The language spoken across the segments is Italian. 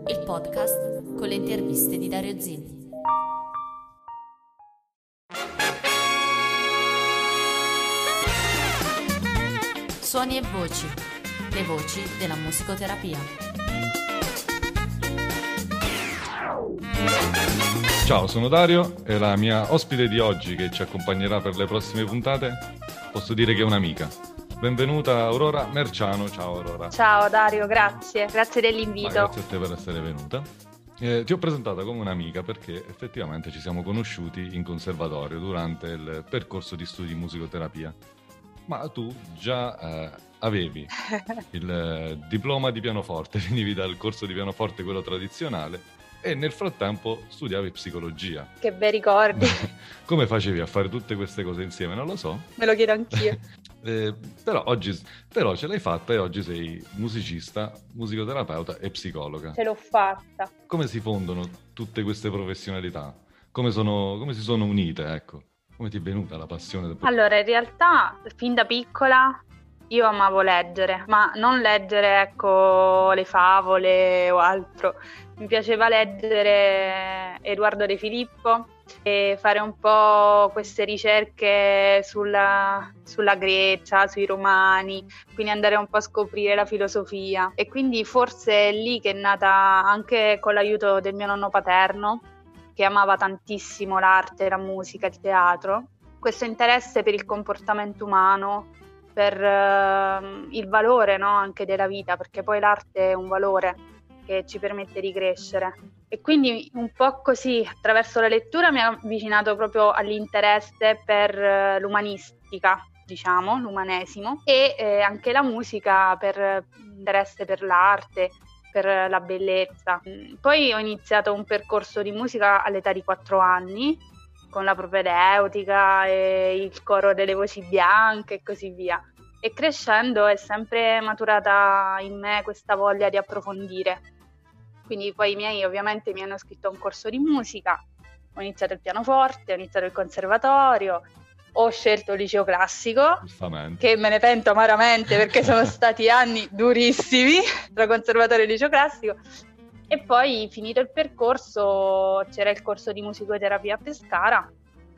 il podcast con le interviste di Dario Zilli. Suoni e voci, le voci della musicoterapia. Ciao, sono Dario e la mia ospite di oggi che ci accompagnerà per le prossime puntate posso dire che è un'amica. Benvenuta Aurora Merciano. Ciao Aurora. Ciao Dario, grazie dell'invito. Grazie a te per essere venuta. Ti ho presentata come un'amica perché effettivamente ci siamo conosciuti in conservatorio durante il percorso di studi di musicoterapia. Ma tu già avevi il diploma di pianoforte, venivi dal corso di pianoforte, quello tradizionale, e nel frattempo studiavi psicologia. Che bei ricordi. Come facevi a fare tutte queste cose insieme? Non lo so. Me lo chiedo anch'io. Però ce l'hai fatta e oggi sei musicista, musicoterapeuta e psicologa. Ce l'ho fatta. Come si fondono tutte queste professionalità? Come si sono unite, ecco? Come ti è venuta la passione? Allora, in realtà, fin da piccola io amavo leggere, ma non leggere, ecco, le favole o altro. Mi piaceva leggere Edoardo De Filippo e fare un po' queste ricerche sulla Grecia, sui Romani, quindi andare un po' a scoprire la filosofia. E quindi forse è lì che è nata, anche con l'aiuto del mio nonno paterno, che amava tantissimo l'arte, la musica, il teatro, questo interesse per il comportamento umano, per il valore, no, anche della vita, perché poi l'arte è un valore che ci permette di crescere. E quindi un po' così, attraverso la lettura, mi ha avvicinato proprio all'interesse per l'umanistica, diciamo, l'umanesimo, e anche la musica per interesse per l'arte, per la bellezza. Poi ho iniziato un percorso di musica all'età di 4 anni, con la propedeutica e il coro delle voci bianche e così via. E crescendo è sempre maturata in me questa voglia di approfondire. Quindi poi i miei ovviamente mi hanno iscritto a un corso di musica, ho iniziato il pianoforte, ho iniziato il conservatorio, ho scelto il liceo classico, che me ne pento amaramente perché sono stati anni durissimi tra conservatorio e liceo classico. E poi, finito il percorso, c'era il corso di musicoterapia a Pescara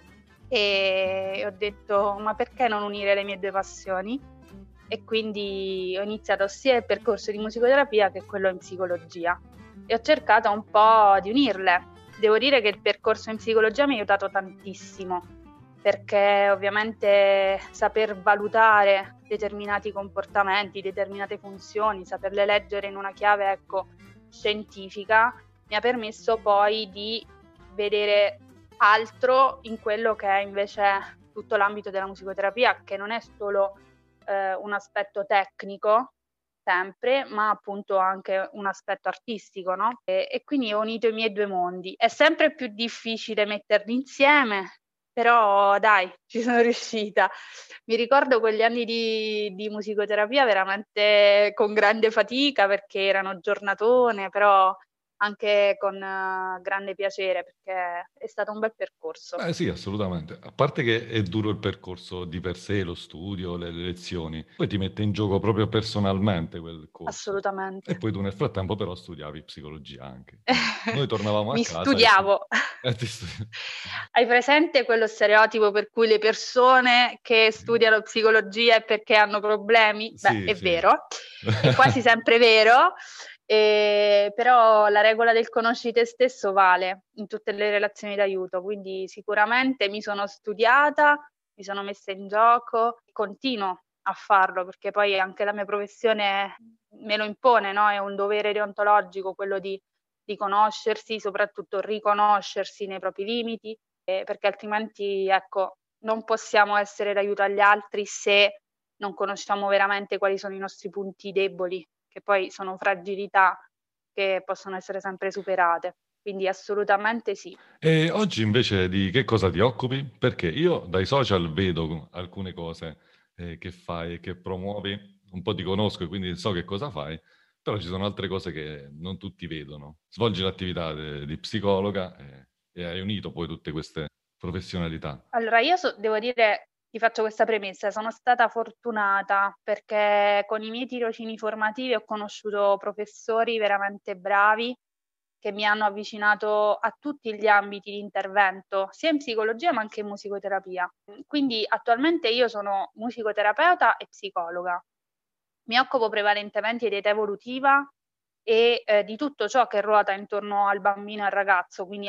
e ho detto: ma perché non unire le mie due passioni? E quindi ho iniziato sia il percorso di musicoterapia che quello in psicologia e ho cercato un po' di unirle. Devo dire che il percorso in psicologia mi ha aiutato tantissimo, perché ovviamente saper valutare determinati comportamenti, determinate funzioni, saperle leggere in una chiave, ecco, scientifica, mi ha permesso poi di vedere altro in quello che è invece tutto l'ambito della musicoterapia, che non è solo un aspetto tecnico sempre, ma appunto anche un aspetto artistico, no? E quindi ho unito i miei due mondi. È sempre più difficile metterli insieme, però dai, ci sono riuscita. Mi ricordo quegli anni di musicoterapia veramente con grande fatica, perché erano giornatone, però anche con grande piacere, perché è stato un bel percorso. Sì, assolutamente. A parte che è duro il percorso di per sé, lo studio, le lezioni, poi ti mette in gioco proprio personalmente quel corso. Assolutamente. E poi tu nel frattempo però studiavi psicologia anche. Noi tornavamo a Mi casa studiavo. e Hai presente quello stereotipo per cui le persone che studiano psicologia è perché hanno problemi? Sì, È sì. Vero, è quasi sempre vero, però la regola del conosci te stesso vale in tutte le relazioni d'aiuto, quindi sicuramente mi sono studiata, mi sono messa in gioco, continuo a farlo perché poi anche la mia professione me lo impone, no? È un dovere deontologico quello di conoscersi, soprattutto riconoscersi nei propri limiti, perché altrimenti, ecco, non possiamo essere d'aiuto agli altri se non conosciamo veramente quali sono i nostri punti deboli, che poi sono fragilità che possono essere sempre superate. Quindi assolutamente sì. E oggi invece di che cosa ti occupi? Perché io dai social vedo alcune cose che fai e che promuovi, un po' ti conosco e quindi so che cosa fai, però ci sono altre cose che non tutti vedono. Svolgi l'attività di psicologa e hai unito poi tutte queste professionalità. Allora, io devo dire, ti faccio questa premessa, sono stata fortunata perché con i miei tirocini formativi ho conosciuto professori veramente bravi che mi hanno avvicinato a tutti gli ambiti di intervento, sia in psicologia ma anche in musicoterapia. Quindi attualmente io sono musicoterapeuta e psicologa. Mi occupo prevalentemente di età evolutiva e di tutto ciò che ruota intorno al bambino e al ragazzo, quindi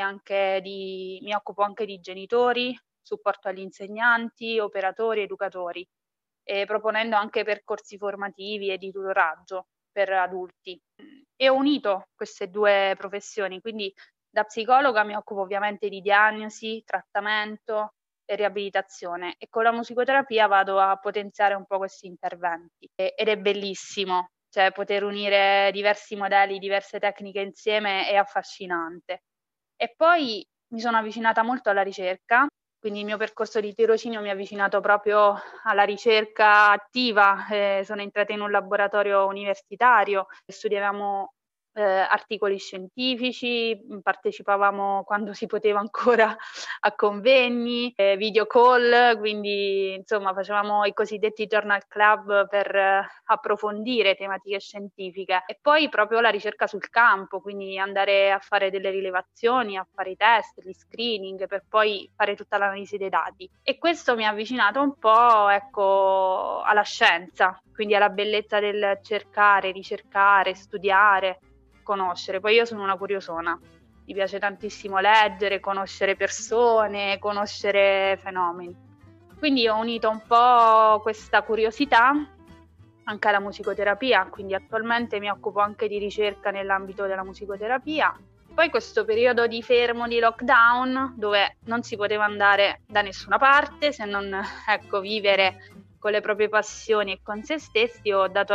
mi occupo anche di genitori, supporto agli insegnanti, operatori, educatori, proponendo anche percorsi formativi e di tutoraggio per adulti. E ho unito queste due professioni, quindi da psicologa mi occupo ovviamente di diagnosi, trattamento e riabilitazione, e con la musicoterapia vado a potenziare un po' questi interventi ed è bellissimo, cioè poter unire diversi modelli, diverse tecniche insieme è affascinante. E poi mi sono avvicinata molto alla ricerca, quindi il mio percorso di tirocinio mi ha avvicinato proprio alla ricerca attiva. Sono entrata in un laboratorio universitario, studiavamo articoli scientifici, partecipavamo quando si poteva ancora a convegni, video call, quindi insomma facevamo i cosiddetti journal club per approfondire tematiche scientifiche, e poi proprio la ricerca sul campo, quindi andare a fare delle rilevazioni, a fare i test, gli screening, per poi fare tutta l'analisi dei dati. E questo mi ha avvicinato un po', ecco, alla scienza, quindi alla bellezza del cercare, ricercare, studiare, conoscere. Poi io sono una curiosona, mi piace tantissimo leggere, conoscere persone, conoscere fenomeni. Quindi ho unito un po' questa curiosità anche alla musicoterapia, quindi attualmente mi occupo anche di ricerca nell'ambito della musicoterapia. Poi questo periodo di fermo, di lockdown, dove non si poteva andare da nessuna parte se non, ecco, vivere con le proprie passioni e con se stessi, ho dato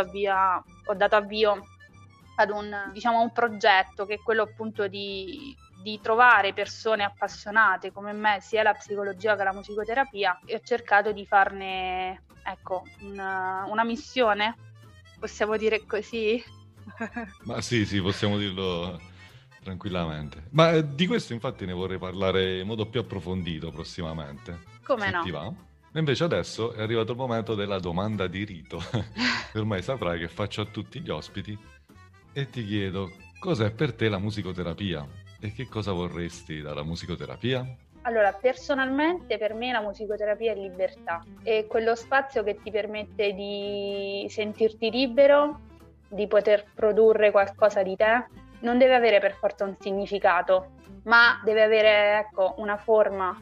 avvio ad un progetto che è quello appunto di trovare persone appassionate come me sia alla psicologia che alla musicoterapia, e ho cercato di farne, ecco, una missione, possiamo dire così? Ma sì, possiamo dirlo tranquillamente. Ma di questo infatti ne vorrei parlare in modo più approfondito prossimamente. Come se no? ti va. E invece adesso è arrivato il momento della domanda di rito. Ormai saprai che faccio a tutti gli ospiti e ti chiedo cos'è per te la musicoterapia e che cosa vorresti dalla musicoterapia? Allora, personalmente per me la musicoterapia è libertà, è quello spazio che ti permette di sentirti libero, di poter produrre qualcosa di te. Non deve avere per forza un significato, ma deve avere, ecco, una forma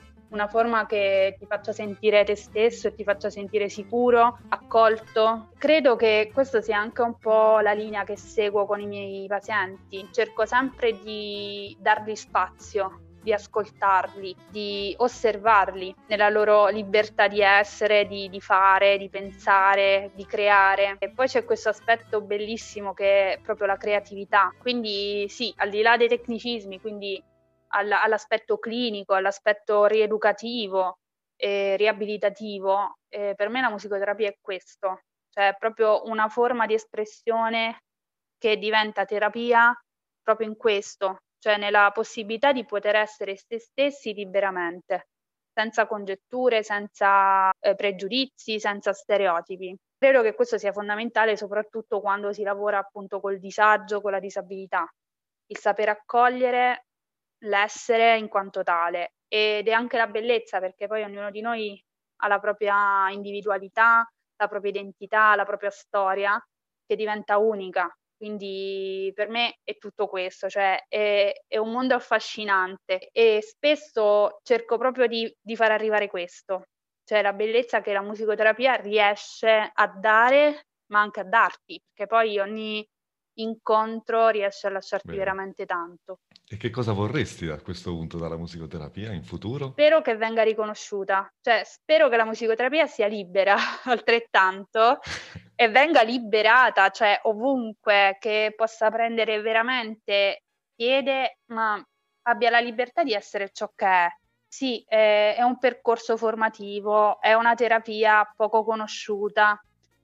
che ti faccia sentire te stesso e ti faccia sentire sicuro, accolto. Credo che questo sia anche un po' la linea che seguo con i miei pazienti. Cerco sempre di dargli spazio, di ascoltarli, di osservarli nella loro libertà di essere, di fare, di pensare, di creare. E poi c'è questo aspetto bellissimo che è proprio la creatività. Quindi sì, al di là dei tecnicismi, quindi all'aspetto clinico, all'aspetto rieducativo e riabilitativo, per me la musicoterapia è questo, cioè è proprio una forma di espressione che diventa terapia proprio in questo, cioè nella possibilità di poter essere se stessi liberamente, senza congetture, senza pregiudizi, senza stereotipi. Credo che questo sia fondamentale soprattutto quando si lavora appunto col disagio, con la disabilità, il saper accogliere l'essere in quanto tale, ed è anche la bellezza, perché poi ognuno di noi ha la propria individualità, la propria identità, la propria storia che diventa unica. Quindi per me è tutto questo, cioè è un mondo affascinante e spesso cerco proprio di far arrivare questo, cioè la bellezza che la musicoterapia riesce a dare, ma anche a darti, perché poi ogni incontro riesce a lasciarti Vero. veramente tanto. E che cosa vorresti a questo punto dalla musicoterapia in futuro? Spero che venga riconosciuta, cioè spero che la musicoterapia sia libera altrettanto e venga liberata, cioè ovunque, che possa prendere veramente piede, ma abbia la libertà di essere ciò che è. Sì, è un percorso formativo, è una terapia poco conosciuta,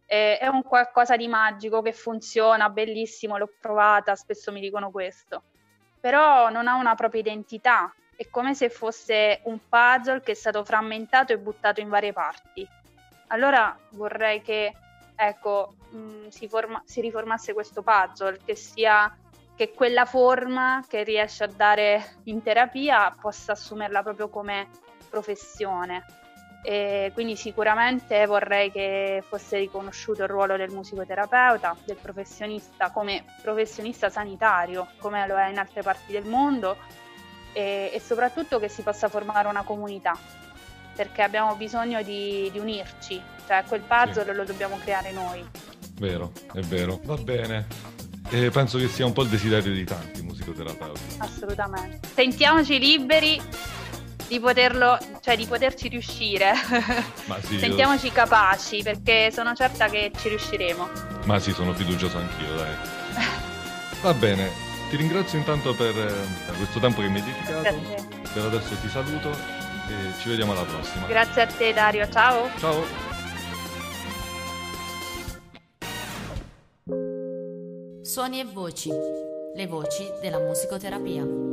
è un qualcosa di magico che funziona, bellissimo, l'ho provata, spesso mi dicono questo, però non ha una propria identità, è come se fosse un puzzle che è stato frammentato e buttato in varie parti. Allora vorrei che, ecco, si riformasse questo puzzle, che che quella forma che riesce a dare in terapia possa assumerla proprio come professione. E quindi sicuramente vorrei che fosse riconosciuto il ruolo del musicoterapeuta, del professionista, come professionista sanitario, come lo è in altre parti del mondo, e soprattutto che si possa formare una comunità, perché abbiamo bisogno di unirci, cioè quel puzzle lo dobbiamo creare noi. Vero, è vero. Va bene. E penso che sia un po' il desiderio di tanti musicoterapeuti. Assolutamente. Sentiamoci liberi di poterlo, cioè di poterci riuscire. Ma sì, Sentiamoci capaci, perché sono certa che ci riusciremo. Ma sì, sono fiducioso anch'io, dai. Va bene, ti ringrazio intanto per questo tempo che mi hai dedicato. Grazie a te. Per adesso ti saluto e ci vediamo alla prossima. Grazie a te, Dario, ciao. Ciao. Suoni e voci, le voci della musicoterapia.